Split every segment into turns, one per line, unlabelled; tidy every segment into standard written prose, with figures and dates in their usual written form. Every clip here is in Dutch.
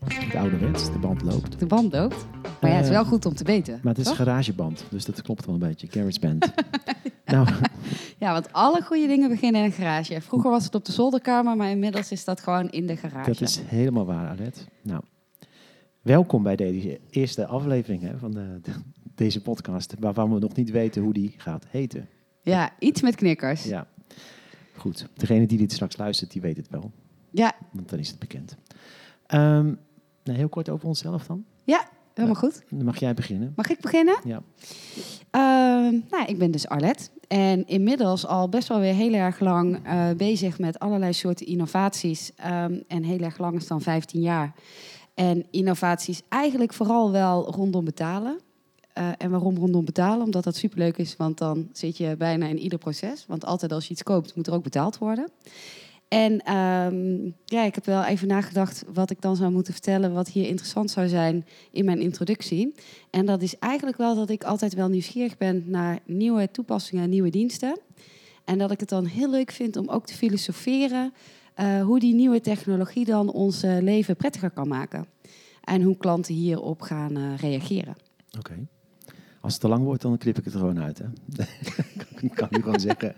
Het ouderwets, de band loopt.
De band loopt. Maar ja, het is wel goed om te weten.
Maar het is
toch?
garageband, dus dat klopt wel een beetje. GarageBand. Nou,
Ja, want alle goede dingen beginnen in een garage. Vroeger was het op de zolderkamer, maar inmiddels is dat gewoon in de garage.
dat is helemaal waar, Alet. Nou, welkom bij deze eerste aflevering van deze podcast, waarvan we nog niet weten hoe die gaat heten.
Ja, iets met knikkers.
Ja, goed. Degene die dit straks luistert, die weet het wel.
Ja,
Want dan is het bekend. Nou, heel kort over onszelf dan.
helemaal goed.
Dan mag jij beginnen.
Mag ik beginnen?
Ja.
Nou, ik ben dus Arlet. En inmiddels al best wel weer heel erg lang bezig met allerlei soorten innovaties. En heel erg lang is dan 15 jaar. En innovaties eigenlijk vooral wel rondom betalen. En waarom rondom betalen? Omdat dat superleuk is, want dan zit je bijna in ieder proces. Want altijd als je iets koopt, moet er ook betaald worden. En ik heb wel even nagedacht wat ik dan zou moeten vertellen, wat hier interessant zou zijn in mijn introductie. En dat is eigenlijk wel dat ik altijd wel nieuwsgierig ben naar nieuwe toepassingen en nieuwe diensten. En dat ik het dan heel leuk vind om ook te filosoferen hoe die nieuwe technologie dan ons leven prettiger kan maken. En hoe klanten hierop gaan reageren.
Oké. Als het te lang wordt, dan knip ik het er gewoon uit. Hè? kan ik gewoon zeggen.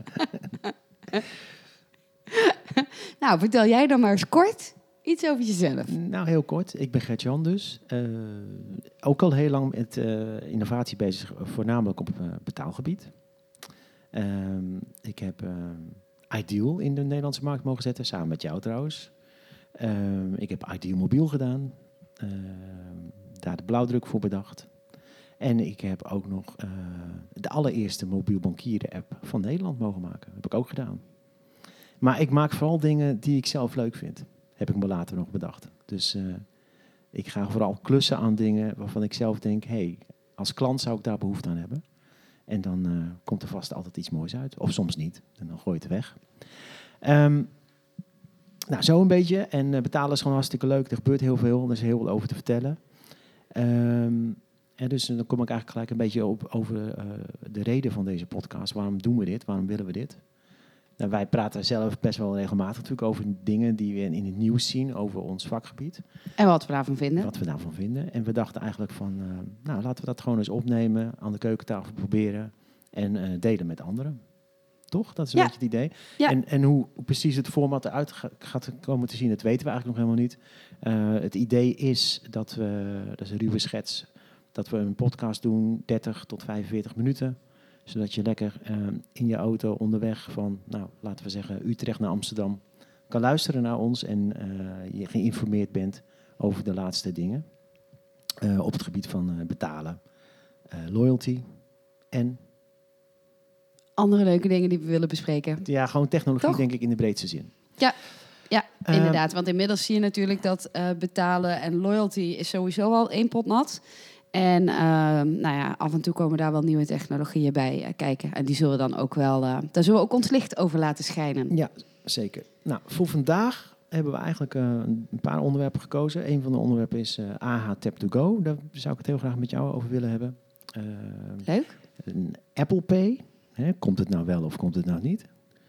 Nou, vertel jij dan maar eens kort iets over jezelf.
Nou, heel kort. Ik ben Gert-Jan dus. Ook al heel lang met innovatie bezig, voornamelijk op betaalgebied. Ik heb Ideal in de Nederlandse markt mogen zetten, samen met jou trouwens. Ik heb Ideal mobiel gedaan. Daar de blauwdruk voor bedacht. En ik heb ook nog de allereerste mobiel bankieren app van Nederland mogen maken. Heb ik ook gedaan. Maar ik maak vooral dingen die ik zelf leuk vind. Heb ik me later nog bedacht. Dus ik ga vooral klussen aan dingen waarvan ik zelf denk, hey, als klant zou ik daar behoefte aan hebben. En dan komt er vast altijd iets moois uit. Of soms niet. En dan gooi je het weg. Nou, zo een beetje. En betalen is gewoon hartstikke leuk. Er gebeurt heel veel. Er is heel veel over te vertellen. En dus dan kom ik eigenlijk gelijk een beetje op over de reden van deze podcast. Waarom doen we dit? Waarom willen we dit? Nou, wij praten zelf best wel regelmatig natuurlijk over dingen die we in het nieuws zien over ons vakgebied.
En wat we daarvan vinden.
Wat we daarvan vinden. En we dachten eigenlijk van, nou laten we dat gewoon eens opnemen, aan de keukentafel proberen en delen met anderen. Toch? Dat is een beetje het idee.
Ja.
En hoe precies het format eruit gaat komen te zien, dat weten we eigenlijk nog helemaal niet. Het idee is dat is een ruwe schets, dat we een podcast doen, 30 tot 45 minuten. Zodat je lekker in je auto onderweg van, nou, laten we zeggen, Utrecht naar Amsterdam kan luisteren naar ons en je geïnformeerd bent over de laatste dingen. Op het gebied van betalen, loyalty en...
andere leuke dingen die we willen bespreken.
Ja, gewoon technologie,
Toch?
denk ik, in de breedste zin.
Ja, inderdaad. Want inmiddels zie je natuurlijk dat betalen en loyalty is sowieso al één pot nat. En af en toe komen daar wel nieuwe technologieën bij kijken. En die zullen we dan ook wel, daar zullen we ook ons licht over laten schijnen.
Ja, zeker. Nou, voor vandaag hebben we eigenlijk een paar onderwerpen gekozen. Een van de onderwerpen is AH Tap to Go. Daar zou ik het heel graag met jou over willen hebben.
Leuk.
Een Apple Pay. Komt het nou wel of komt het nou niet?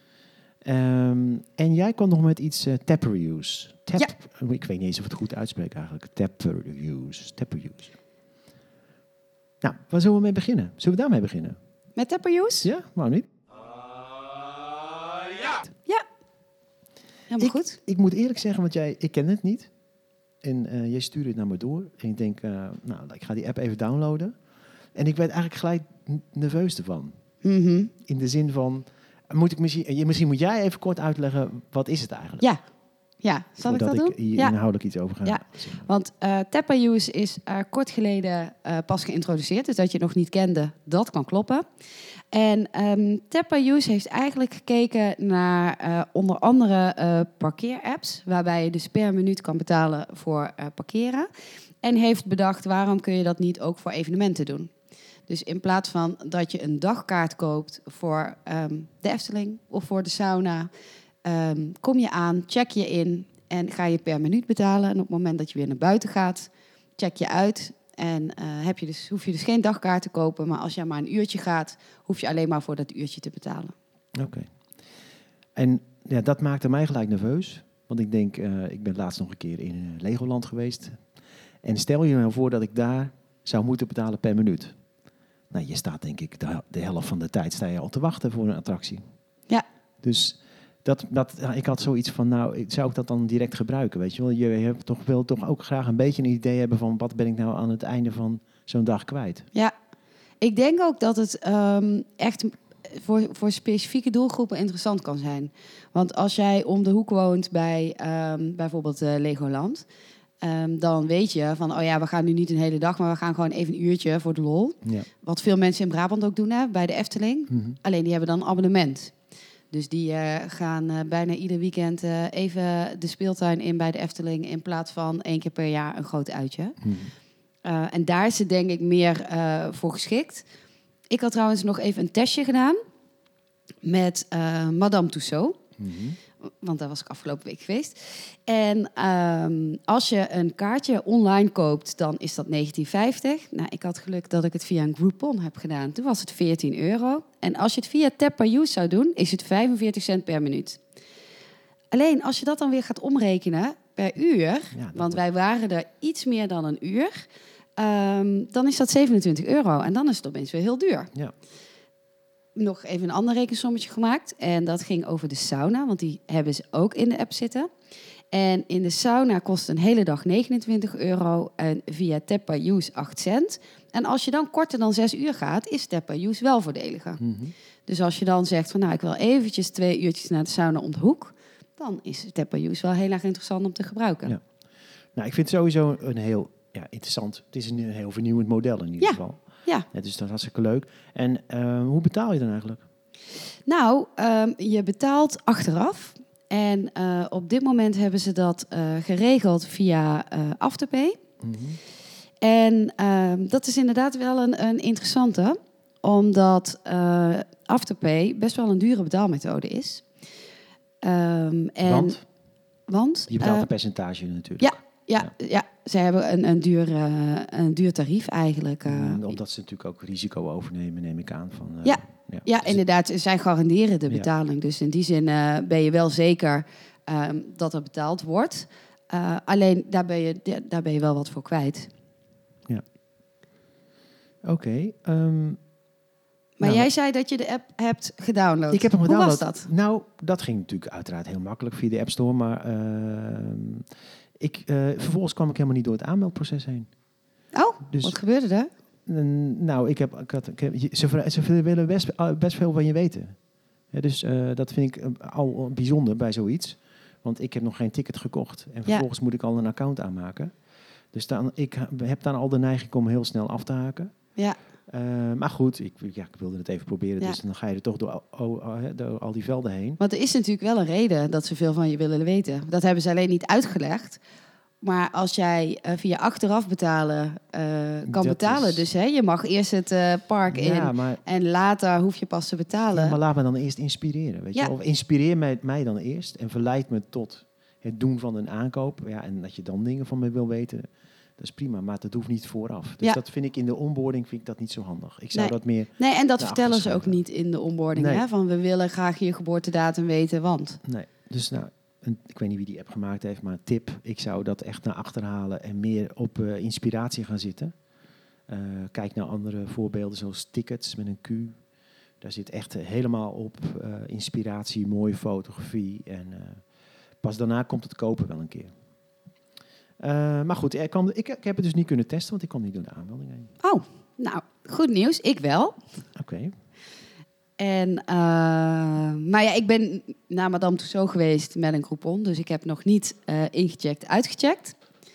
En jij kwam nog met iets Tap-per-use. Ik weet niet eens of ik het goed uitspreek eigenlijk. Tap-per-use. Nou, waar zullen we mee beginnen? Zullen we daarmee beginnen?
Met Tap-per-use?
Ja, waarom niet?
Ja. Helemaal goed.
Ik moet eerlijk zeggen, want ik ken het niet. En jij stuurde het naar me door. En ik denk, ik ga die app even downloaden. En ik werd eigenlijk gelijk nerveus ervan.
Mm-hmm.
In de zin van, misschien moet jij even kort uitleggen, wat is het eigenlijk?
Ja. Zal ik dat doen?
Voordat ik hier inhoudelijk iets over ga zeggen.
Want Tap-per-use is kort geleden pas geïntroduceerd. Dus dat je het nog niet kende, dat kan kloppen. En Tap-per-use heeft eigenlijk gekeken naar onder andere parkeerapps, waarbij je dus per minuut kan betalen voor parkeren. En heeft bedacht, waarom kun je dat niet ook voor evenementen doen? Dus in plaats van dat je een dagkaart koopt voor de Efteling of voor de sauna, kom je aan, check je in en ga je per minuut betalen. En op het moment dat je weer naar buiten gaat, check je uit. En hoef je dus geen dagkaart te kopen, maar als je maar een uurtje gaat, hoef je alleen maar voor dat uurtje te betalen.
Oké. En ja, dat maakte mij gelijk nerveus. Want ik denk, ik ben laatst nog een keer in Legoland geweest. En stel je nou voor dat ik daar zou moeten betalen per minuut. Nou, je staat denk ik de helft van de tijd sta je al te wachten voor een attractie.
Ja.
Dus ik had zoiets van, nou, zou ik dat dan direct gebruiken? Weet je wel, je hebt toch ook graag een beetje een idee hebben van wat ben ik nou aan het einde van zo'n dag kwijt.
Ja, ik denk ook dat het echt voor specifieke doelgroepen interessant kan zijn. Want als jij om de hoek woont bij bijvoorbeeld Legoland, dan weet je van, oh ja, we gaan nu niet een hele dag, maar we gaan gewoon even een uurtje voor de lol.
Ja.
Wat veel mensen in Brabant ook doen, hè, bij de Efteling.
Mhm.
Alleen die hebben dan een abonnement. Dus die gaan bijna ieder weekend even de speeltuin in bij de Efteling in plaats van 1 keer per jaar een groot uitje.
Mhm.
En daar is het denk ik meer voor geschikt. Ik had trouwens nog even een testje gedaan met Madame Tussauds.
Mhm.
Want daar was ik afgelopen week geweest. En als je een kaartje online koopt, dan is dat €19,50. Nou, ik had geluk dat ik het via een Groupon heb gedaan. Toen was het €14. En als je het via Tap per Use zou doen, is het 45 cent per minuut. Alleen als je dat dan weer gaat omrekenen per uur, want wij waren er iets meer dan een uur, dan is dat €27. En dan is het opeens weer heel duur.
Ja.
Nog even een ander rekensommetje gemaakt. En dat ging over de sauna, want die hebben ze ook in de app zitten. En in de sauna kost een hele dag €29 en via Tap per Use 8 cent. En als je dan korter dan 6 uur gaat, is Tap per Use wel voordeliger.
Mhm.
Dus als je dan zegt van, nou, ik wil eventjes 2 uurtjes naar de sauna om de hoek, dan is Tap per Use wel heel erg interessant om te gebruiken.
Ja. Nou, ik vind het sowieso een heel interessant. Het is een heel vernieuwend model in ieder geval.
Ja.
Dus dat is hartstikke leuk. En hoe betaal je dan eigenlijk?
Nou, je betaalt achteraf. En op dit moment hebben ze dat geregeld via Afterpay.
Mhm.
En dat is inderdaad wel een interessante. Omdat Afterpay best wel een dure betaalmethode is. Want?
Je betaalt een percentage natuurlijk.
Ja, ze hebben een duur tarief eigenlijk.
Omdat ze natuurlijk ook risico overnemen, neem ik aan. Van,
Ja, inderdaad. Zij garanderen de betaling. Dus in die zin ben je wel zeker dat er betaald wordt. Alleen daar ben je wel wat voor kwijt.
Ja. Oké.
Maar jij zei dat je de app hebt gedownload.
Ik heb hem gedownload.
Hoe was dat?
Nou, dat ging natuurlijk uiteraard heel makkelijk via de App Store. Maar vervolgens kwam ik helemaal niet door het aanmeldproces heen.
Oh,
dus,
wat gebeurde er?
Nou, ze willen best veel van je weten. Ja, dus dat vind ik al bijzonder bij zoiets. Want ik heb nog geen ticket gekocht. En vervolgens moet ik al een account aanmaken. Dus ik heb dan al de neiging om heel snel af te haken.
Ja.
Maar goed, ik wilde het even proberen. Dus dan ga je er toch door al die velden heen.
Want er is natuurlijk wel een reden dat ze veel van je willen weten. Dat hebben ze alleen niet uitgelegd. Maar als jij via achteraf betalen kan betalen... Dus je mag eerst het park in en later hoef je pas te betalen.
Ja, maar laat me dan eerst inspireren. Weet je? Of inspireer mij dan eerst en verleid me tot het doen van een aankoop. Ja, en dat je dan dingen van me wil weten... Dat is prima, maar dat hoeft niet vooraf. Dus dat vind ik in de onboarding dat niet zo handig. Ik zou dat meer...
Nee, en dat vertellen ze ook niet in de onboarding.
Nee.
Hè? Van we willen graag je geboortedatum weten, want...
Nee, dus nou, ik weet niet wie die app gemaakt heeft, maar tip. Ik zou dat echt naar achter halen en meer op inspiratie gaan zitten. Kijk naar andere voorbeelden zoals tickets met een Q. Daar zit echt helemaal op inspiratie, mooie fotografie. En pas daarna komt het kopen wel een keer. Maar goed, ik heb het dus niet kunnen testen, want ik kwam niet door de aanmelding heen.
Oh, nou, goed nieuws. Ik wel.
Oké.
En, maar ja, ik ben naar Madame Tussauds geweest met een Groupon. Dus ik heb nog niet ingecheckt, uitgecheckt.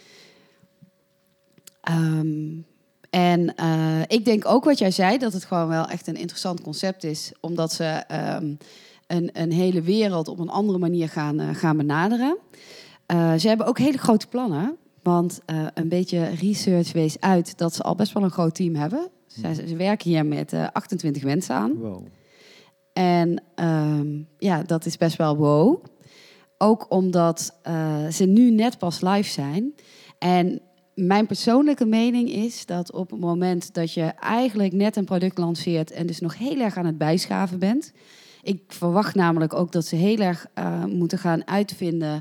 En ik denk ook wat jij zei, dat het gewoon wel echt een interessant concept is. Omdat ze een hele wereld op een andere manier gaan benaderen. Ze hebben ook hele grote plannen. Want een beetje research wees uit dat ze al best wel een groot team hebben. Ze werken hier met 28 mensen aan.
Wow.
En dat is best wel wow. Ook omdat ze nu net pas live zijn. En mijn persoonlijke mening is dat op het moment dat je eigenlijk net een product lanceert... en dus nog heel erg aan het bijschaven bent... Ik verwacht namelijk ook dat ze heel erg moeten gaan uitvinden...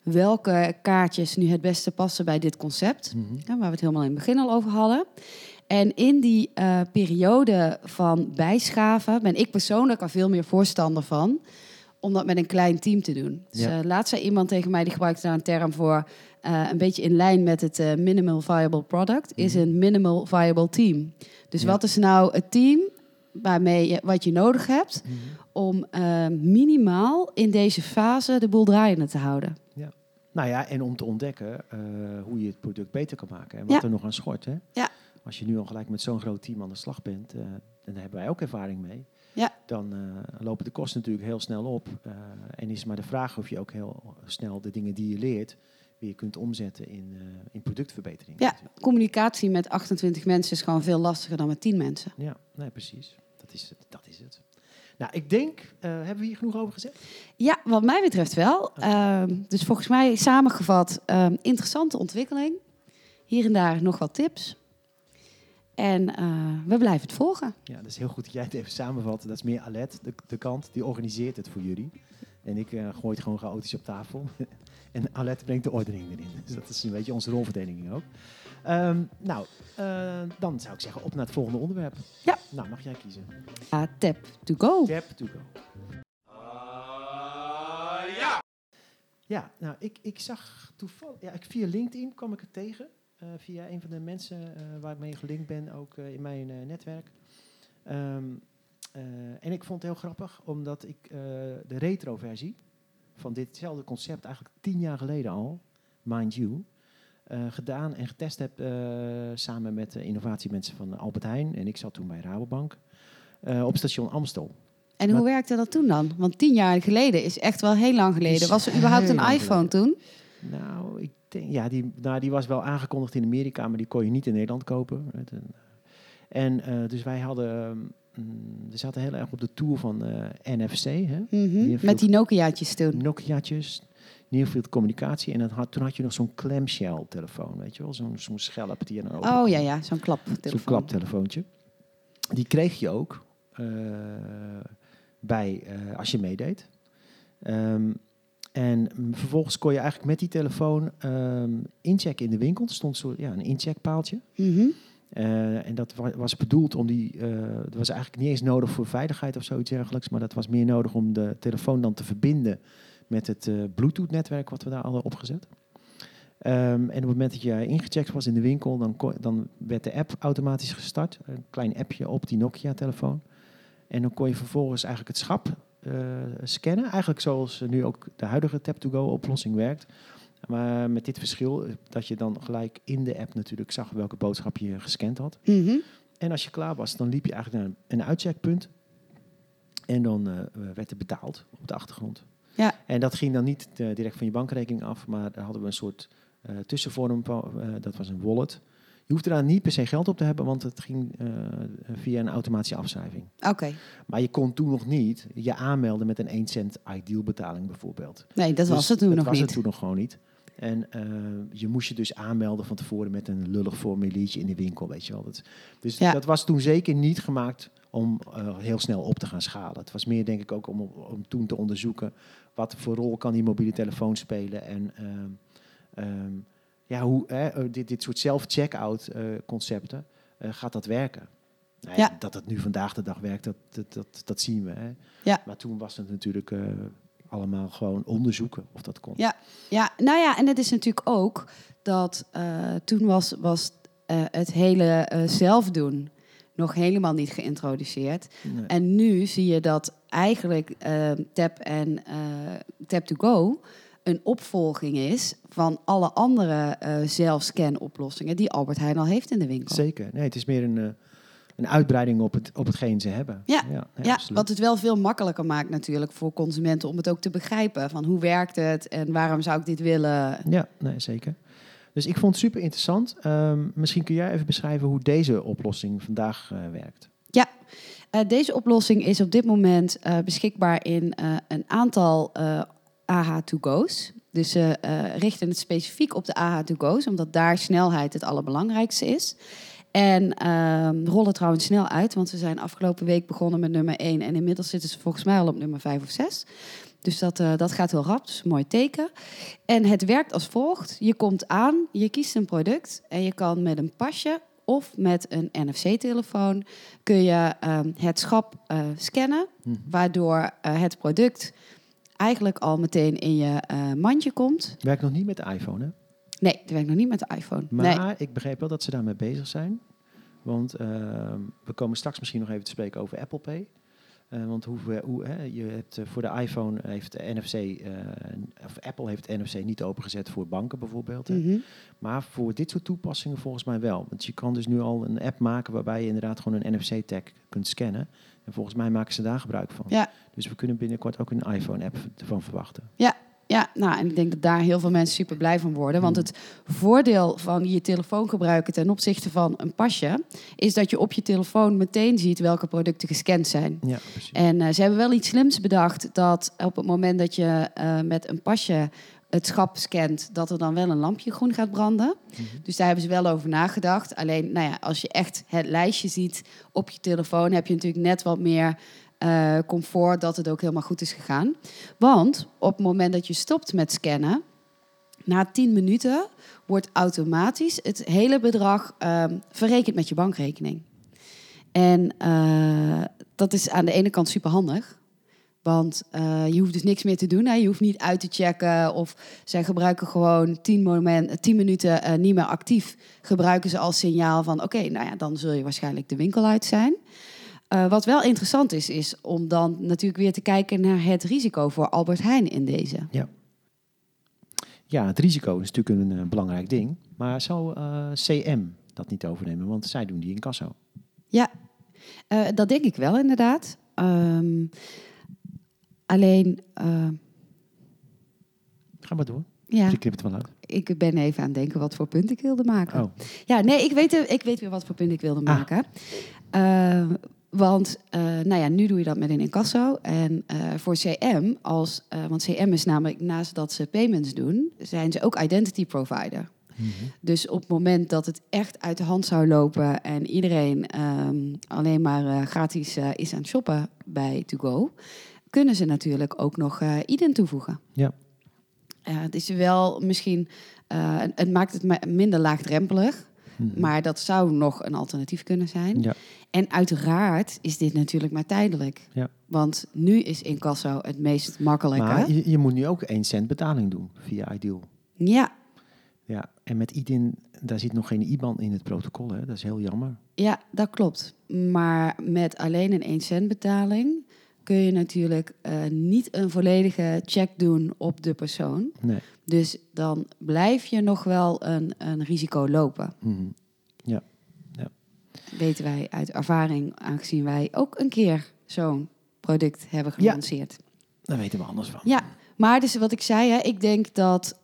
welke kaartjes nu het beste passen bij dit concept. Waar we het helemaal in het begin al over hadden. En in die periode van bijschaven ben ik persoonlijk al veel meer voorstander van om dat met een klein team te doen. Dus, laatst zei iemand tegen mij, die gebruikte daar een term voor, een beetje in lijn met het minimal viable product, is een minimal viable team. Dus wat is nou het team wat je nodig hebt om minimaal in deze fase de boel draaiende te houden?
Ja. Nou ja, en om te ontdekken hoe je het product beter kan maken en wat er nog aan schort. Hè?
Ja.
Als je nu al gelijk met zo'n groot team aan de slag bent, en daar hebben wij ook ervaring mee, dan lopen de kosten natuurlijk heel snel op. En is maar de vraag of je ook heel snel de dingen die je leert weer kunt omzetten in productverbetering.
Ja, communicatie met 28 mensen is gewoon veel lastiger dan met 10 mensen.
Ja, nee, precies. Dat is het. Nou, ik denk, hebben we hier genoeg over gezegd?
Ja, wat mij betreft wel. Dus volgens mij samengevat, interessante ontwikkeling. Hier en daar nog wat tips. En we blijven het volgen.
Ja, dat is heel goed dat jij het even samenvat. Dat is meer Alet, de kant, die organiseert het voor jullie. En ik gooi het gewoon chaotisch op tafel. En Alet brengt de ordening erin. Dus dat is een beetje onze rolverdeling ook. Dan zou ik zeggen, op naar het volgende onderwerp.
Ja.
Nou, mag jij kiezen.
Tap to go.
Tap to go. Ja, nou, ik zag toevallig... Ja, via LinkedIn kwam ik het tegen. Via een van de mensen waar ik mee gelinkt ben, ook in mijn netwerk. En ik vond het heel grappig, omdat ik de retro-versie van ditzelfde concept eigenlijk 10 jaar geleden al, mind you, gedaan en getest heb samen met de innovatiemensen van Albert Heijn. En ik zat toen bij Rabobank op station Amstel.
En hoe werkte dat toen dan? Want 10 jaar geleden is echt wel heel lang geleden. Was er überhaupt een iPhone toen?
Nou, ik denk, die was wel aangekondigd in Amerika, maar die kon je niet in Nederland kopen. En dus wij hadden... we zaten heel erg op de tour van NFC. Hè?
Met die Nokia'tjes toen.
Nokia'tjes, Nearfield communicatie. En toen had je nog zo'n clamshell telefoon, weet je wel? Zo'n schelp die je dan open.
Oh ja, zo'n klaptelefoon.
Zo'n klaptelefoontje. Die kreeg je ook als je meedeed. En vervolgens kon je eigenlijk met die telefoon inchecken in de winkel. Er stond een incheckpaaltje. En dat was bedoeld om dat was eigenlijk niet eens nodig voor veiligheid of zoiets dergelijks, maar dat was meer nodig om de telefoon dan te verbinden met het Bluetooth-netwerk wat we daar hadden opgezet. En op het moment dat je ingecheckt was in de winkel, dan werd de app automatisch gestart. Een klein appje op die Nokia-telefoon. En dan kon je vervolgens eigenlijk het schap scannen. Eigenlijk zoals nu ook de huidige Tap-to-Go-oplossing werkt. Maar met dit verschil dat je dan gelijk in de app natuurlijk zag welke boodschap je gescand had. En als je klaar was, dan liep je eigenlijk naar een uitcheckpunt. En dan werd er betaald op de achtergrond.
Ja.
En dat ging dan niet direct van je bankrekening af, maar daar hadden we een soort tussenvorm van. Dat was een wallet. Je hoefde daar niet per se geld op te hebben, want het ging via een automatische afschrijving.
Oké.
Maar je kon toen nog niet je aanmelden met een 1 cent ideal betaling bijvoorbeeld.
Nee, dat was het toen nog niet.
Dat was het toen nog gewoon niet. En je moest je dus aanmelden van tevoren met een lullig formuliertje in de winkel, weet je wel. Dat was toen zeker niet gemaakt om heel snel op te gaan schalen. Het was meer, denk ik, ook om toen te onderzoeken wat voor rol kan die mobiele telefoon spelen. En hoe dit soort self-checkout concepten, gaat dat werken? Nou ja, dat het nu vandaag de dag werkt, dat zien we. Hè?
Ja.
Maar toen was het natuurlijk allemaal gewoon onderzoeken of dat kon.
Ja, nou ja, en het is natuurlijk ook dat toen was het hele zelf doen nog helemaal niet geïntroduceerd. Nee. En nu zie je dat eigenlijk Tap to Go een opvolging is van alle andere zelfscan-oplossingen die Albert Heijn al heeft in de winkel.
Zeker. Nee, het is meer een uitbreiding op hetgeen ze hebben.
Ja, wat het wel veel makkelijker maakt natuurlijk voor consumenten om het ook te begrijpen. Van hoe werkt het en waarom zou ik dit willen?
Ja, nee, zeker. Dus ik vond het super interessant. Misschien kun jij even beschrijven hoe deze oplossing vandaag werkt.
Ja, deze oplossing is op dit moment beschikbaar in een aantal AH2Go's. Dus ze richten het specifiek op de AH2Go's, omdat daar snelheid het allerbelangrijkste is. En rollen trouwens snel uit, want ze zijn afgelopen week begonnen met nummer 1. En inmiddels zitten ze volgens mij al op nummer 5 of 6. Dus dat gaat heel rap, dus een mooi teken. En het werkt als volgt. Je komt aan, je kiest een product en je kan met een pasje of met een NFC-telefoon kun je het schap scannen, waardoor het product eigenlijk al meteen in je mandje komt.
Werkt nog niet met de iPhone, hè?
Nee, het werkt nog niet met de iPhone.
Maar ik begreep wel dat ze daarmee bezig zijn. Want we komen straks misschien nog even te spreken over Apple Pay. Want je hebt, voor de iPhone heeft de NFC, of Apple heeft de NFC niet opengezet voor banken bijvoorbeeld.
Mm-hmm.
Maar voor dit soort toepassingen volgens mij wel. Want je kan dus nu al een app maken waarbij je inderdaad gewoon een NFC-tag kunt scannen. En volgens mij maken ze daar gebruik van.
Ja.
Dus we kunnen binnenkort ook een iPhone-app ervan verwachten.
Ja, nou, en ik denk dat daar heel veel mensen super blij van worden. Want het voordeel van je telefoon gebruiken ten opzichte van een pasje is dat je op je telefoon meteen ziet welke producten gescand zijn.
Ja, precies.
En ze hebben wel iets slims bedacht dat op het moment dat je met een pasje het schap scant, dat er dan wel een lampje groen gaat branden. Mm-hmm. Dus daar hebben ze wel over nagedacht. Alleen, nou ja, als je echt het lijstje ziet op je telefoon, heb je natuurlijk net wat meer comfort dat het ook helemaal goed is gegaan. Want op het moment dat je stopt met scannen, na 10 minuten wordt automatisch het hele bedrag verrekend met je bankrekening. En dat is aan de ene kant super handig. Want je hoeft dus niks meer te doen. Hè? Je hoeft niet uit te checken. Of zij gebruiken gewoon 10 minuten niet meer actief. Gebruiken ze als signaal van oké, nou ja, dan zul je waarschijnlijk de winkel uit zijn. Wat wel interessant is om dan natuurlijk weer te kijken naar het risico voor Albert Heijn in deze.
Ja, het risico is natuurlijk een belangrijk ding. Maar zou CM dat niet overnemen? Want zij doen die incasso.
Ja, dat denk ik wel inderdaad. Alleen...
Ga maar door.
Ja.
Je knipt het wel uit.
Ik ben even aan het denken wat voor punt ik wilde maken.
Oh.
Ja, nee, ik weet weer wat voor punt ik wilde maken. Want nu doe je dat met een incasso. En voor CM, want CM is namelijk naast dat ze payments doen, zijn ze ook identity provider. Mm-hmm. Dus op het moment dat het echt uit de hand zou lopen en iedereen alleen maar gratis is aan het shoppen bij To Go, kunnen ze natuurlijk ook nog IDEN toevoegen.
Ja.
Het is wel misschien, het maakt het minder laagdrempelig. Mm-hmm. Maar dat zou nog een alternatief kunnen zijn. Ja. En uiteraard is dit natuurlijk maar tijdelijk. Ja. Want nu is incasso het meest makkelijke.
Maar je moet nu ook 1 cent betaling doen via Ideal.
Ja.
Ja, en met IDIN, daar zit nog geen IBAN in het protocol. Hè? Dat is heel jammer.
Ja, dat klopt. Maar met alleen een 1 cent betaling kun je natuurlijk niet een volledige check doen op de persoon.
Nee.
Dus dan blijf je nog wel een risico lopen.
Mm-hmm. Ja.
Weten wij uit ervaring, aangezien wij ook een keer zo'n product hebben gelanceerd.
Ja, daar weten we anders van.
Ja, maar dus wat ik zei, hè, ik denk dat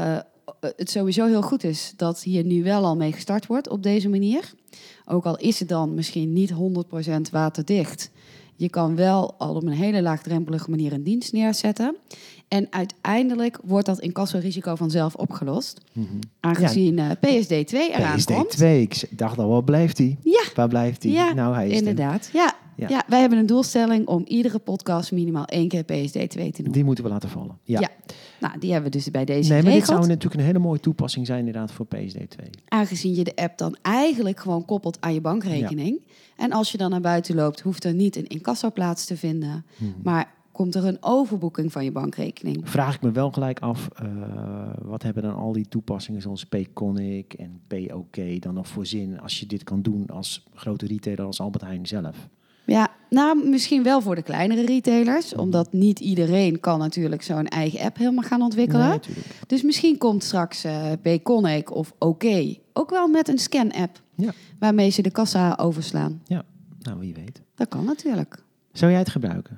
het sowieso heel goed is dat hier nu wel al mee gestart wordt op deze manier. Ook al is het dan misschien niet 100% waterdicht. Je kan wel al op een hele laagdrempelige manier een dienst neerzetten. En uiteindelijk wordt dat incasso-risico vanzelf opgelost. Mm-hmm. Aangezien PSD2 eraan komt.
PSD2, ik dacht al, waar blijft die?
Ja.
Waar blijft die?
Ja,
nou, hij is
inderdaad. Ja, wij hebben een doelstelling om iedere podcast minimaal 1 keer PSD2 te noemen.
Die moeten we laten vallen. Ja.
Nou, die hebben we dus bij deze
geregeld.
Maar
dit zou natuurlijk een hele mooie toepassing zijn inderdaad voor PSD2.
Aangezien je de app dan eigenlijk gewoon koppelt aan je bankrekening. Ja. En als je dan naar buiten loopt, hoeft er niet een incasso plaats te vinden. Maar komt er een overboeking van je bankrekening.
Vraag ik me wel gelijk af, wat hebben dan al die toepassingen zoals Payconic en PayOK dan nog voor zin als je dit kan doen als grote retailer als Albert Heijn zelf?
Ja, nou misschien wel voor de kleinere retailers. Omdat niet iedereen kan natuurlijk zo'n eigen app helemaal gaan ontwikkelen.
Nee,
dus misschien komt straks Payconic of OK ook wel met een scan-app.
Ja.
Waarmee ze de kassa overslaan.
Ja, nou wie weet.
Dat kan natuurlijk.
Zou jij het gebruiken?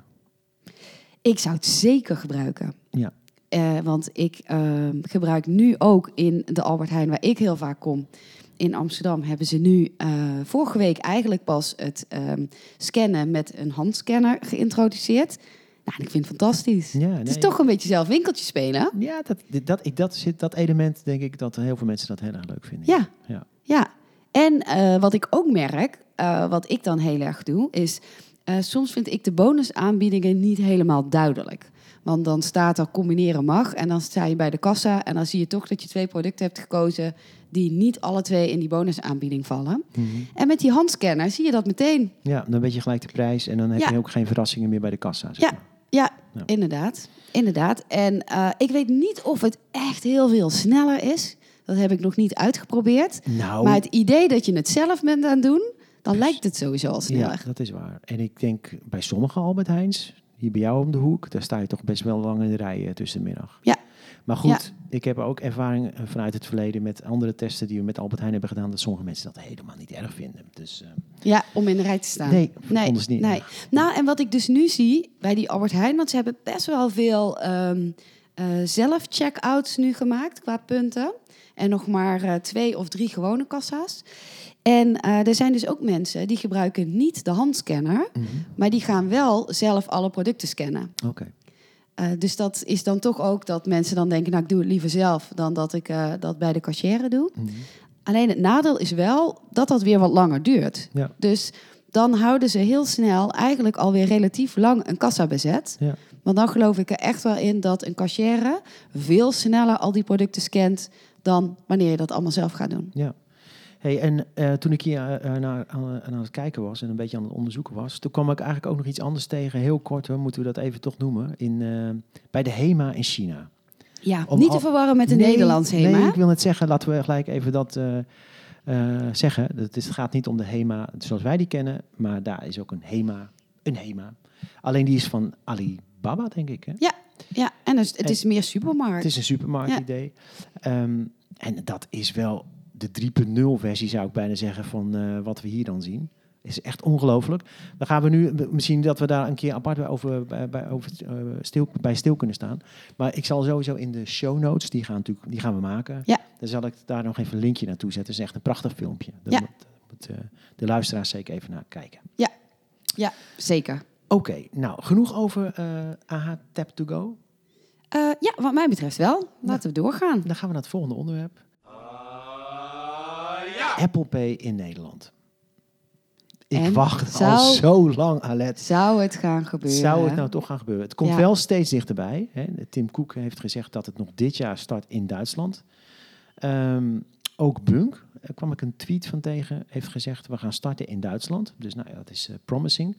Ik zou het zeker gebruiken.
Ja.
Want ik gebruik nu ook in de Albert Heijn, waar ik heel vaak kom. In Amsterdam hebben ze nu vorige week eigenlijk pas het scannen met een handscanner geïntroduceerd. Nou, ik vind het fantastisch. Ja, nee, het is toch een beetje zelf winkeltje spelen.
Ja, dat element denk ik dat heel veel mensen dat heel erg leuk vinden.
Ja. En wat ik ook merk, wat ik dan heel erg doe, is soms vind ik de bonusaanbiedingen niet helemaal duidelijk. Want dan staat er combineren mag en dan sta je bij de kassa en dan zie je toch dat je 2 producten hebt gekozen die niet alle 2 in die bonusaanbieding vallen.
Mhm.
En met die handscanner zie je dat meteen.
Ja, dan weet je gelijk de prijs en dan heb je ook geen verrassingen meer bij de kassa. Zeg maar.
Ja,
Ja.
inderdaad. En ik weet niet of het echt heel veel sneller is. Dat heb ik nog niet uitgeprobeerd.
Nou,
Maar het idee dat je het zelf bent aan het doen, dan lijkt het sowieso al sneller.
ja, dat is waar. En ik denk bij sommige Albert Heijns, hier bij jou om de hoek, daar sta je toch best wel lang in de rij tussen de middag.
Ja.
Maar goed, ik heb ook ervaring vanuit het verleden met andere testen die we met Albert Heijn hebben gedaan, dat sommige mensen dat helemaal niet erg vinden. Dus,
Ja, om in de rij te staan.
nee, anders niet.
Nee. Nou, en wat ik dus nu zie bij die Albert Heijn, want ze hebben best wel veel zelf-check-outs nu gemaakt qua punten. En nog maar 2 of 3 gewone kassa's. En er zijn dus ook mensen die gebruiken niet de handscanner, maar die gaan wel zelf alle producten scannen.
Oké.
Dus dat is dan toch ook dat mensen dan denken, nou, ik doe het liever zelf dan dat ik dat bij de cashier doe.
Mhm.
Alleen het nadeel is wel dat dat weer wat langer duurt.
Ja.
Dus dan houden ze heel snel eigenlijk alweer relatief lang een kassa bezet.
Ja.
Want dan geloof ik er echt wel in dat een cashier veel sneller al die producten scant dan wanneer je dat allemaal zelf gaat doen.
Ja. Hey, en toen ik hier aan het kijken was en een beetje aan het onderzoeken was, toen kwam ik eigenlijk ook nog iets anders tegen. Heel kort, hoor, moeten we dat even toch noemen. Bij de HEMA in China.
Ja, niet te verwarren met de Nederlandse HEMA.
Nee, ik wil net zeggen, laten we gelijk even dat zeggen. Het gaat niet om de HEMA zoals wij die kennen, maar daar is ook een HEMA. Alleen die is van Alibaba, denk ik. Hè?
Ja, en dus, het is meer supermarkt.
Het is een supermarktidee. En dat is wel de 3.0 versie, zou ik bijna zeggen, van wat we hier dan zien. Is echt ongelooflijk. Dan gaan we nu, misschien dat we daar een keer apart bij stil kunnen staan. Maar ik zal sowieso in de show notes, die gaan we maken.
Ja.
Dan zal ik daar nog even een linkje naartoe zetten. Het is echt een prachtig filmpje. Daar moet de luisteraars zeker even naar kijken.
Ja, zeker.
Oké, nou, genoeg over AH Tap to Go.
Ja, wat mij betreft wel. Laten we doorgaan.
Dan gaan we naar het volgende onderwerp. Apple Pay in Nederland. Ik
En
wacht al zo lang, Alet.
Zou het gaan gebeuren?
Zou het nou toch gaan gebeuren? Het komt wel steeds dichterbij. Hè. Tim Cook heeft gezegd dat het nog dit jaar start in Duitsland. Ook Bunk, daar kwam ik een tweet van tegen, heeft gezegd we gaan starten in Duitsland. Dus nou, dat is promising.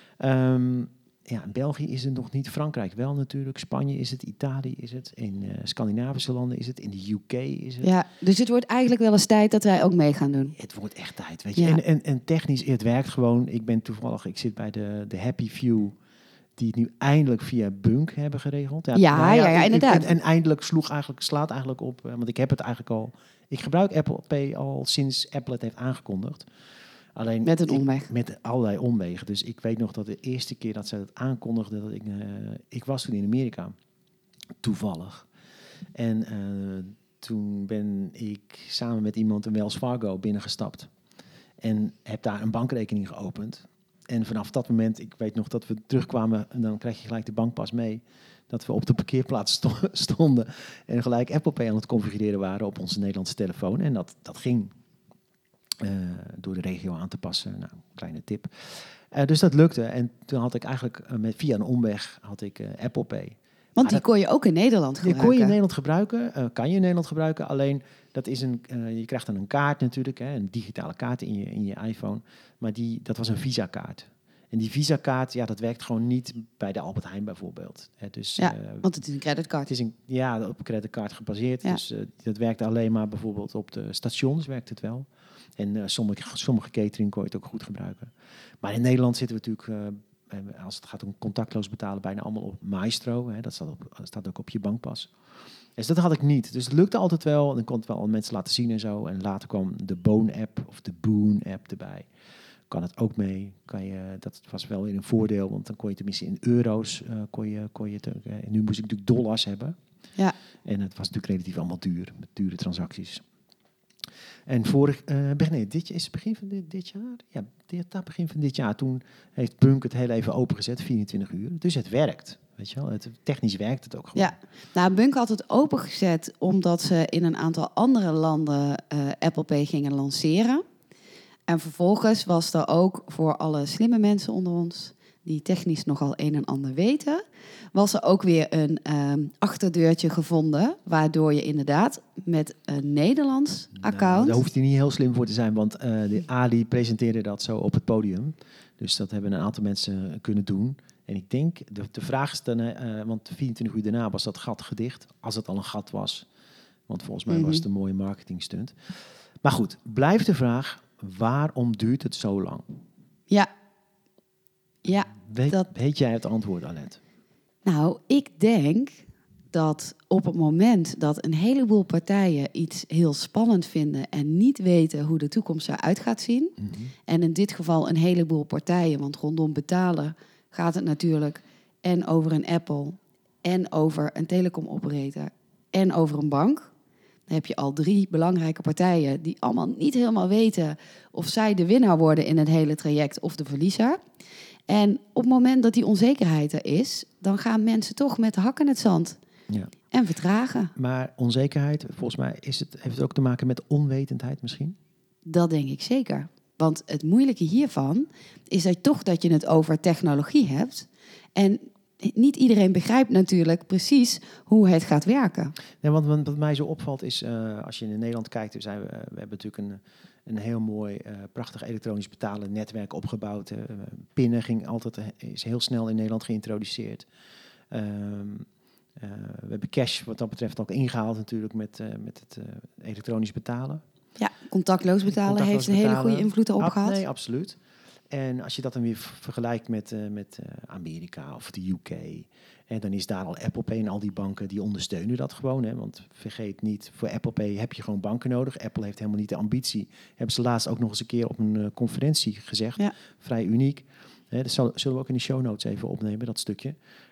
In België is het nog niet, Frankrijk wel natuurlijk, Spanje is het, Italië is het, in Scandinavische landen is het, in de UK is het.
Ja, dus het wordt eigenlijk wel eens tijd dat wij ook mee gaan doen.
Het wordt echt tijd, weet je.
Ja.
En technisch, het werkt gewoon. Ik zit bij de Happy Few, die het nu eindelijk via Bunk hebben geregeld.
Ja, inderdaad.
En eindelijk slaat eigenlijk op, want ik heb het eigenlijk al. Ik gebruik Apple Pay al sinds Apple het heeft aangekondigd. Alleen
Met een omweg.
Met allerlei omwegen. Dus ik weet nog dat de eerste keer dat ze het aankondigden, dat ik was toen in Amerika, toevallig. En toen ben ik samen met iemand een Wells Fargo binnengestapt. En heb daar een bankrekening geopend. En vanaf dat moment, ik weet nog dat we terugkwamen, en dan krijg je gelijk de bankpas mee, dat we op de parkeerplaats stonden en gelijk Apple Pay aan het configureren waren op onze Nederlandse telefoon. En dat ging door de regio aan te passen. Nou, kleine tip. Dus dat lukte. En toen had ik eigenlijk via een omweg Apple Pay.
Want die kon je ook in Nederland gebruiken.
Die kon je in Nederland gebruiken. Kan je in Nederland gebruiken. Alleen, dat is je krijgt dan een kaart natuurlijk. Een digitale kaart in je iPhone. Maar dat was een Visa-kaart. En die Visa-kaart, dat werkt gewoon niet bij de Albert Heijn bijvoorbeeld. Dus,
want het is een creditcard.
Het is op een creditcard gebaseerd.
Ja.
Dus dat werkt alleen maar bijvoorbeeld op de stations werkt het wel. En sommige catering kon je het ook goed gebruiken. Maar in Nederland zitten we natuurlijk, als het gaat om contactloos betalen, bijna allemaal op Maestro. Hè, dat staat ook op je bankpas. Dus dat had ik niet. Dus het lukte altijd wel. En ik kon het wel aan mensen laten zien en zo. En later kwam de Boon-app of de Boon-app erbij. Kan het ook mee. Dat was wel weer een voordeel, want dan kon je tenminste in euro's. Nu moest ik natuurlijk dollars hebben.
Ja.
En het was natuurlijk relatief allemaal duur, met dure transacties. En is het begin van dit jaar? Ja, begin van dit jaar. Toen heeft Bunk het heel even opengezet, 24 uur. Dus het werkt, weet je wel. Technisch werkt het ook gewoon.
Ja, nou, Bunk had het opengezet omdat ze in een aantal andere landen Apple Pay gingen lanceren. En vervolgens was er ook voor alle slimme mensen onder ons, die technisch nogal een en ander weten, was er ook weer een achterdeurtje gevonden, waardoor je inderdaad met een Nederlands account...
Daar hoeft hij niet heel slim voor te zijn, want de Ali presenteerde dat zo op het podium. Dus dat hebben een aantal mensen kunnen doen. En ik denk, de vraag is dan, want 24 uur daarna was dat gat gedicht, als het al een gat was. Want volgens mij was het een mooie marketingstunt. Maar goed, blijft de vraag, waarom duurt het zo lang?
Ja.
Weet jij het antwoord, Alet?
Nou, ik denk dat op het moment dat een heleboel partijen iets heel spannend vinden en niet weten hoe de toekomst eruit gaat zien, en in dit geval een heleboel partijen, want rondom betalen gaat het natuurlijk en over een Apple en over een telecomoperator en over een bank. Dan heb je al 3 belangrijke partijen die allemaal niet helemaal weten of zij de winnaar worden in het hele traject of de verliezer. En op het moment dat die onzekerheid er is, dan gaan mensen toch met de hak in het zand en vertragen.
Maar onzekerheid, volgens mij heeft het ook te maken met onwetendheid misschien?
Dat denk ik zeker. Want het moeilijke hiervan is dat je het over technologie hebt. En niet iedereen begrijpt natuurlijk precies hoe het gaat werken.
Ja, want wat mij zo opvalt is, als je in Nederland kijkt, we hebben natuurlijk een heel mooi, prachtig elektronisch betalen netwerk opgebouwd. Pinnen is heel snel in Nederland geïntroduceerd. We hebben cash wat dat betreft ook ingehaald natuurlijk met het elektronisch betalen.
Ja, contactloos betalen heeft een hele goede invloed erop gehad.
Nee, absoluut. En als je dat dan weer vergelijkt met Amerika of de UK, en dan is daar al Apple Pay en al die banken die ondersteunen dat gewoon. Hè? Want vergeet niet, voor Apple Pay heb je gewoon banken nodig. Apple heeft helemaal niet de ambitie. Hebben ze laatst ook nog eens een keer op een conferentie gezegd. Ja. Vrij uniek. Dat zullen we ook in de show notes even opnemen, dat stukje.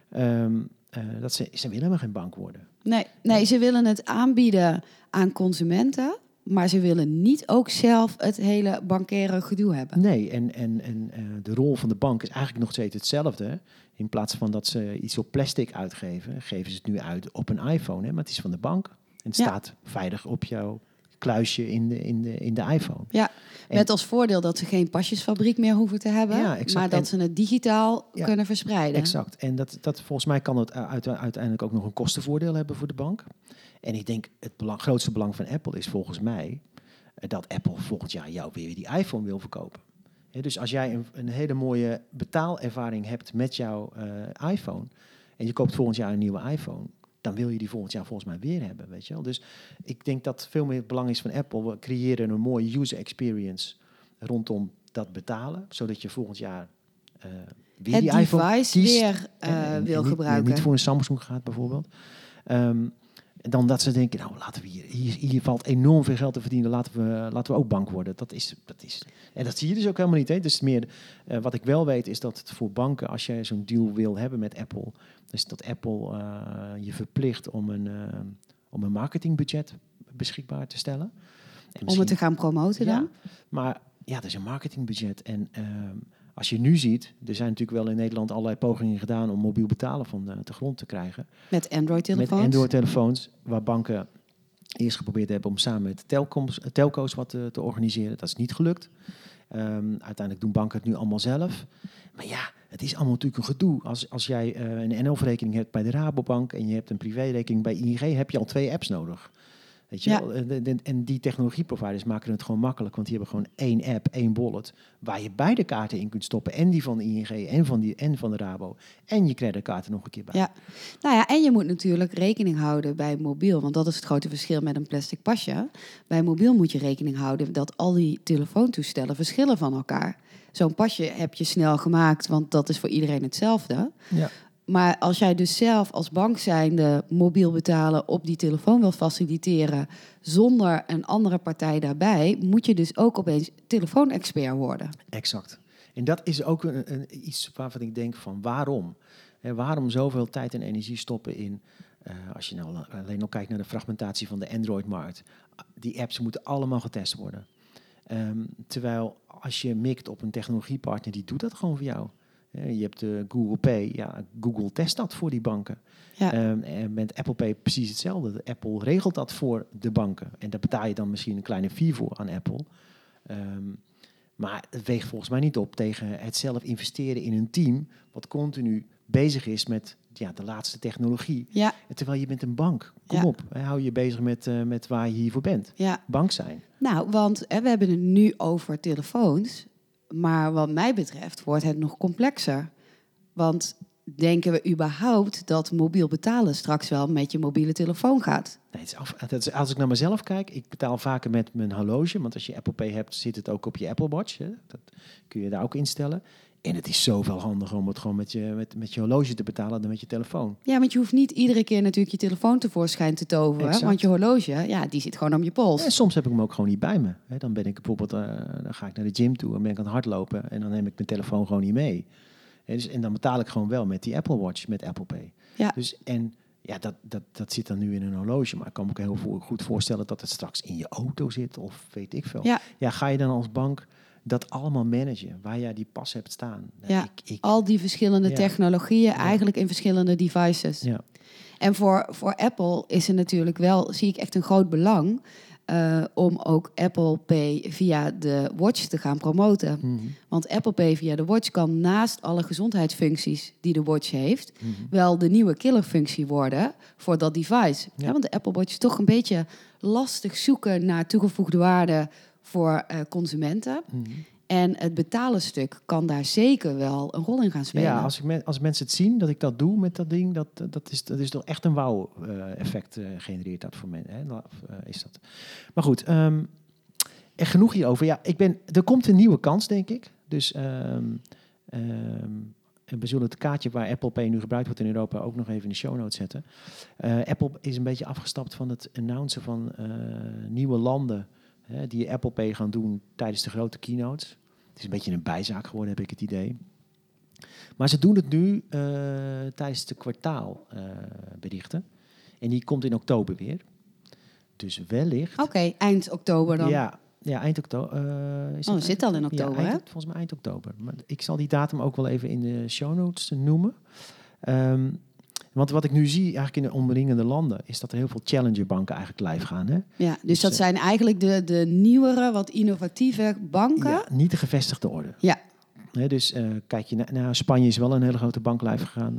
Dat ze willen helemaal geen bank worden.
Nee, ze willen het aanbieden aan consumenten, maar ze willen niet ook zelf het hele bankaire gedoe hebben.
Nee, en de rol van de bank is eigenlijk nog steeds hetzelfde. In plaats van dat ze iets op plastic uitgeven, geven ze het nu uit op een iPhone. Hè? Maar het is van de bank. En het staat veilig op jouw kluisje in de iPhone.
Ja, met als voordeel dat ze geen pasjesfabriek meer hoeven te hebben, maar dat ze het digitaal kunnen verspreiden.
Exact. En dat volgens mij kan het uiteindelijk ook nog een kostenvoordeel hebben voor de bank. En ik denk, het grootste belang van Apple is volgens mij dat Apple volgend jaar jou weer die iPhone wil verkopen. Dus als jij een hele mooie betaalervaring hebt met jouw iPhone en je koopt volgend jaar een nieuwe iPhone, dan wil je die volgend jaar volgens mij weer hebben, weet je wel. Dus ik denk dat veel meer het belang is van Apple. We creëren een mooie user experience rondom dat betalen, zodat je volgend jaar weer die iPhone
device
kiest,
weer wil gebruiken.
Niet voor een Samsung gaat bijvoorbeeld. Dan dat ze denken, nou laten we hier valt enorm veel geld te verdienen, laten we ook bank worden. Dat is, en dat zie je dus ook helemaal niet. Hè? Dus meer, wat ik wel weet is dat het voor banken, als jij zo'n deal wil hebben met Apple, is dat Apple je verplicht om een marketingbudget beschikbaar te stellen. En
om het te gaan promoten dan?
Maar ja, dat is een marketingbudget. En als je nu ziet, er zijn natuurlijk wel in Nederland allerlei pogingen gedaan om mobiel betalen van de grond te krijgen.
Met Android-telefoons?
Met Android-telefoons, waar banken eerst geprobeerd hebben om samen met telco's wat te organiseren. Dat is niet gelukt. Uiteindelijk doen banken het nu allemaal zelf. Maar ja, het is allemaal natuurlijk een gedoe. Als jij een NL-rekening hebt bij de Rabobank en je hebt een privérekening bij ING, heb je al 2 apps nodig. Weet je wel? En die technologieproviders maken het gewoon makkelijk, want die hebben gewoon 1 app, 1 wallet, waar je beide kaarten in kunt stoppen. En die van de ING en van de Rabo. En je creditkaart er nog een keer bij.
Ja. Nou ja, en je moet natuurlijk rekening houden bij mobiel, want dat is het grote verschil met een plastic pasje. Bij mobiel moet je rekening houden dat al die telefoontoestellen verschillen van elkaar. Zo'n pasje heb je snel gemaakt, want dat is voor iedereen hetzelfde.
Ja.
Maar als jij dus zelf als bank zijnde mobiel betalen op die telefoon wil faciliteren zonder een andere partij daarbij, moet je dus ook opeens telefoonexpert worden.
Exact. En dat is ook iets waarvan ik denk van waarom? Waarom zoveel tijd en energie stoppen in, als je nou alleen al kijkt naar de fragmentatie van de Android-markt. Die apps moeten allemaal getest worden. Terwijl als je mikt op een technologiepartner, die doet dat gewoon voor jou. Je hebt Google Pay. Ja, Google test dat voor die banken. Ja. En met Apple Pay precies hetzelfde. Apple regelt dat voor de banken. En daar betaal je dan misschien een kleine fee voor aan Apple. Maar het weegt volgens mij niet op tegen het zelf investeren in een team wat continu bezig is met de laatste technologie.
Ja.
En terwijl je bent een bank. Kom
Ja.
op, hou je bezig met waar je hiervoor bent.
Ja.
Bank zijn.
Nou, want we hebben het nu over telefoons. Maar wat mij betreft wordt het nog complexer. Want denken we überhaupt dat mobiel betalen straks wel met je mobiele telefoon gaat?
Nee, als ik naar mezelf kijk, ik betaal vaker met mijn horloge. Want als je Apple Pay hebt, zit het ook op je Apple Watch. Hè? Dat kun je daar ook instellen. En het is zoveel handiger om het gewoon met je horloge te betalen dan met je telefoon.
Ja, want je hoeft niet iedere keer natuurlijk je telefoon tevoorschijn te toveren.
Exact.
Want je horloge, die zit gewoon om je pols.
En soms heb ik hem ook gewoon niet bij me. Hè? Dan ben ik bijvoorbeeld, dan ga ik naar de gym toe en ben ik aan het hardlopen. En dan neem ik mijn telefoon gewoon niet mee. En dan betaal ik gewoon wel met die Apple Watch, met Apple Pay.
Ja.
Dus, dat zit dan nu in een horloge. Maar ik kan me ook heel goed voorstellen dat het straks in je auto zit. Of weet ik veel.
Ja.
Ga je dan als bank dat allemaal managen? Waar jij die pas hebt staan?
Ja, al die verschillende technologieën eigenlijk in verschillende devices.
Ja.
En voor Apple is er natuurlijk wel, zie ik echt een groot belang om ook Apple Pay via de Watch te gaan promoten.
Mm-hmm.
Want Apple Pay via de Watch kan naast alle gezondheidsfuncties die de Watch heeft,
Mm-hmm.
wel de nieuwe killerfunctie worden voor dat device.
Ja.
Ja, want de Apple Watch is toch een beetje lastig zoeken naar toegevoegde waarde voor consumenten.
Mm-hmm.
En het betalenstuk kan daar zeker wel een rol in gaan spelen.
Ja, als mensen het zien dat ik dat doe met dat ding, dat is toch echt een wauw-effect genereert dat voor mensen. Is dat. Maar goed, echt genoeg hierover. Ja, er komt een nieuwe kans, denk ik. Dus en we zullen het kaartje waar Apple Pay nu gebruikt wordt in Europa ook nog even in de show notes zetten. Apple is een beetje afgestapt van het announcen van nieuwe landen die Apple Pay gaan doen tijdens de grote keynotes. Het is een beetje een bijzaak geworden, heb ik het idee. Maar ze doen het nu tijdens de kwartaalberichten. En die komt in oktober weer. Dus wellicht...
Oké, eind oktober dan.
Ja, eind oktober.
We zitten al in oktober, hè?
Volgens mij eind oktober. Maar ik zal die datum ook wel even in de show notes noemen. Want wat ik nu zie eigenlijk in de omringende landen, is dat er heel veel challengerbanken eigenlijk live gaan. Hè?
Ja, dus dat zijn eigenlijk de nieuwere, wat innovatieve banken.
Ja, niet de gevestigde orde.
Ja.
Dus kijk je naar Spanje is wel een hele grote bank live gegaan.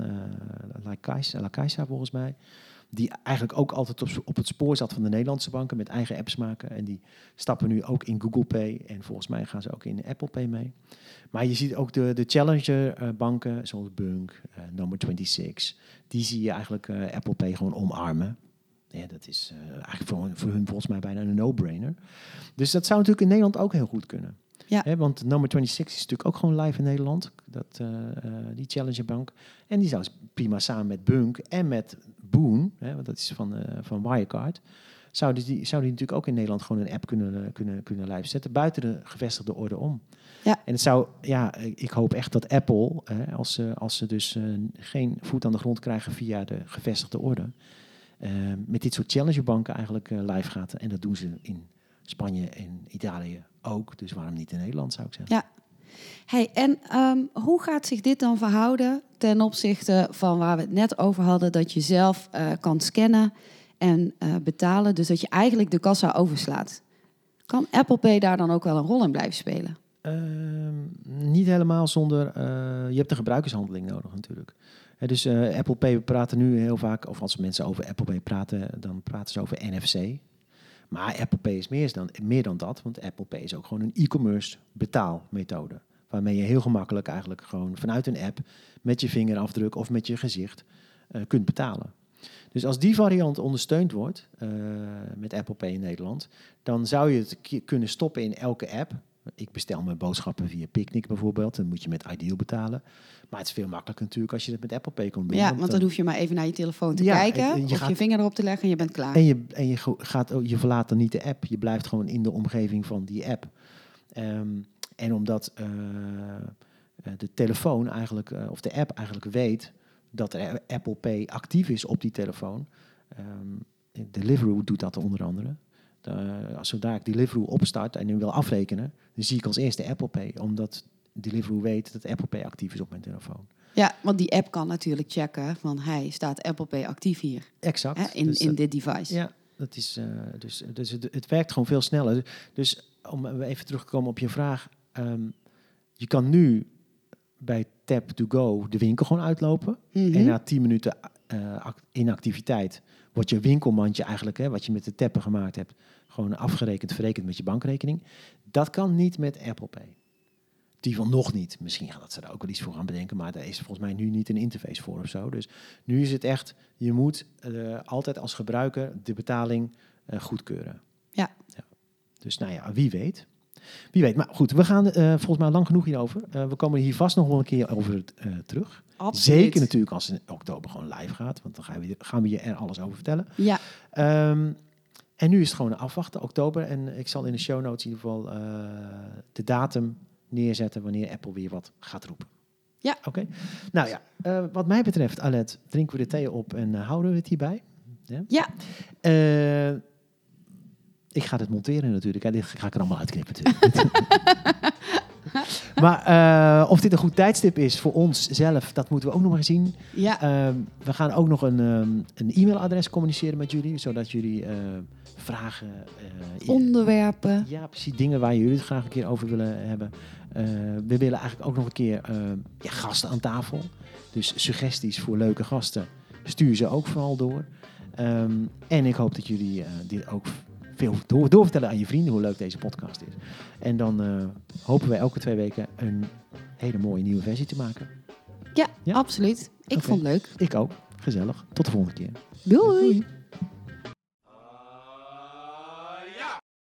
La Caixa volgens mij. Die eigenlijk ook altijd op het spoor zat van de Nederlandse banken met eigen apps maken. En die stappen nu ook in Google Pay. En volgens mij gaan ze ook in Apple Pay mee. Maar je ziet ook de challenger banken, zoals Bunk, Number26. Die zie je eigenlijk Apple Pay gewoon omarmen. Ja, dat is eigenlijk voor hun volgens mij bijna een no-brainer. Dus dat zou natuurlijk in Nederland ook heel goed kunnen.
Ja.
Want Number26 is natuurlijk ook gewoon live in Nederland. Die challengerbank. En die zou prima samen met Bunk en met Boon, want dat is van Wirecard, zou die natuurlijk ook in Nederland gewoon een app kunnen live zetten, buiten de gevestigde orde om.
Ja.
En ik hoop echt dat Apple, als ze dus geen voet aan de grond krijgen via de gevestigde orde, met dit soort challengerbanken eigenlijk live gaat. En dat doen ze in Spanje en Italië ook. Dus waarom niet in Nederland, zou ik zeggen.
Ja. Hey, en hoe gaat zich dit dan verhouden ten opzichte van waar we het net over hadden, dat je zelf kan scannen en betalen, dus dat je eigenlijk de kassa overslaat? Kan Apple Pay daar dan ook wel een rol in blijven spelen?
Niet helemaal zonder... je hebt een gebruikershandeling nodig natuurlijk. Dus Apple Pay, we praten nu heel vaak, of als mensen over Apple Pay praten, dan praten ze over NFC. Maar Apple Pay is meer dan dat, want Apple Pay is ook gewoon een e-commerce betaalmethode. Waarmee je heel gemakkelijk eigenlijk gewoon vanuit een app met je vingerafdruk of met je gezicht kunt betalen. Dus als die variant ondersteund wordt met Apple Pay in Nederland, dan zou je het kunnen stoppen in elke app. Ik bestel mijn boodschappen via Picnic bijvoorbeeld, dan moet je met Ideal betalen. Maar het is veel makkelijker natuurlijk als je het met Apple Pay kon doen.
Ja, want dan hoef je maar even naar je telefoon te kijken, je vinger erop te leggen en je bent klaar.
En je verlaat dan niet de app, je blijft gewoon in de omgeving van die app. En omdat de telefoon eigenlijk, of de app eigenlijk weet dat er Apple Pay actief is op die telefoon. Deliveroo doet dat onder andere. Zodra ik Deliveroo opstart en nu wil afrekenen, dan zie ik als eerste Apple Pay. Omdat Deliveroo weet dat Apple Pay actief is op mijn telefoon.
Ja, want die app kan natuurlijk checken van, staat Apple Pay actief hier?
Exact.
In dit device.
Ja, dat is, dus het werkt gewoon veel sneller. Dus om even terug te komen op je vraag, Je kan nu bij Tap to Go de winkel gewoon uitlopen.
Mhm.
En na 10 minuten inactiviteit wordt je winkelmandje eigenlijk, wat je met de tappen gemaakt hebt, gewoon verrekend met je bankrekening. Dat kan niet met Apple Pay. Die wil nog niet. Misschien gaat dat ze daar ook wel iets voor gaan bedenken, maar daar is volgens mij nu niet een interface voor of zo. Dus nu is het echt, je moet altijd als gebruiker de betaling goedkeuren.
Ja.
Dus nou ja, wie weet. Wie weet. Maar goed, we gaan volgens mij lang genoeg hierover. We komen hier vast nog wel een keer over terug.
Absoluut.
Zeker natuurlijk als het in oktober gewoon live gaat. Want dan gaan we je er alles over vertellen.
Ja.
En nu is het gewoon afwachten, oktober. En ik zal in de show notes in ieder geval de datum neerzetten wanneer Apple weer wat gaat roepen.
Ja.
Oké. Nou ja, wat mij betreft, Alet, drinken we de thee op en houden we het hierbij.
Ja.
Ik ga het monteren natuurlijk. Hè. Dit ga ik er allemaal uitknippen natuurlijk. Maar of dit een goed tijdstip is voor ons zelf, dat moeten we ook nog maar zien.
Ja.
We gaan ook nog een e-mailadres communiceren met jullie, zodat jullie vragen...
Onderwerpen.
Ja, precies. Dingen waar jullie het graag een keer over willen hebben. We willen eigenlijk ook nog een keer gasten aan tafel. Dus suggesties voor leuke gasten, stuur ze ook vooral door. En ik hoop dat jullie dit ook veel doorvertellen aan je vrienden hoe leuk deze podcast is. En dan hopen wij elke 2 weken een hele mooie nieuwe versie te maken.
Ja, absoluut. Ik vond het leuk.
Ik ook. Gezellig. Tot de volgende keer.
Doei.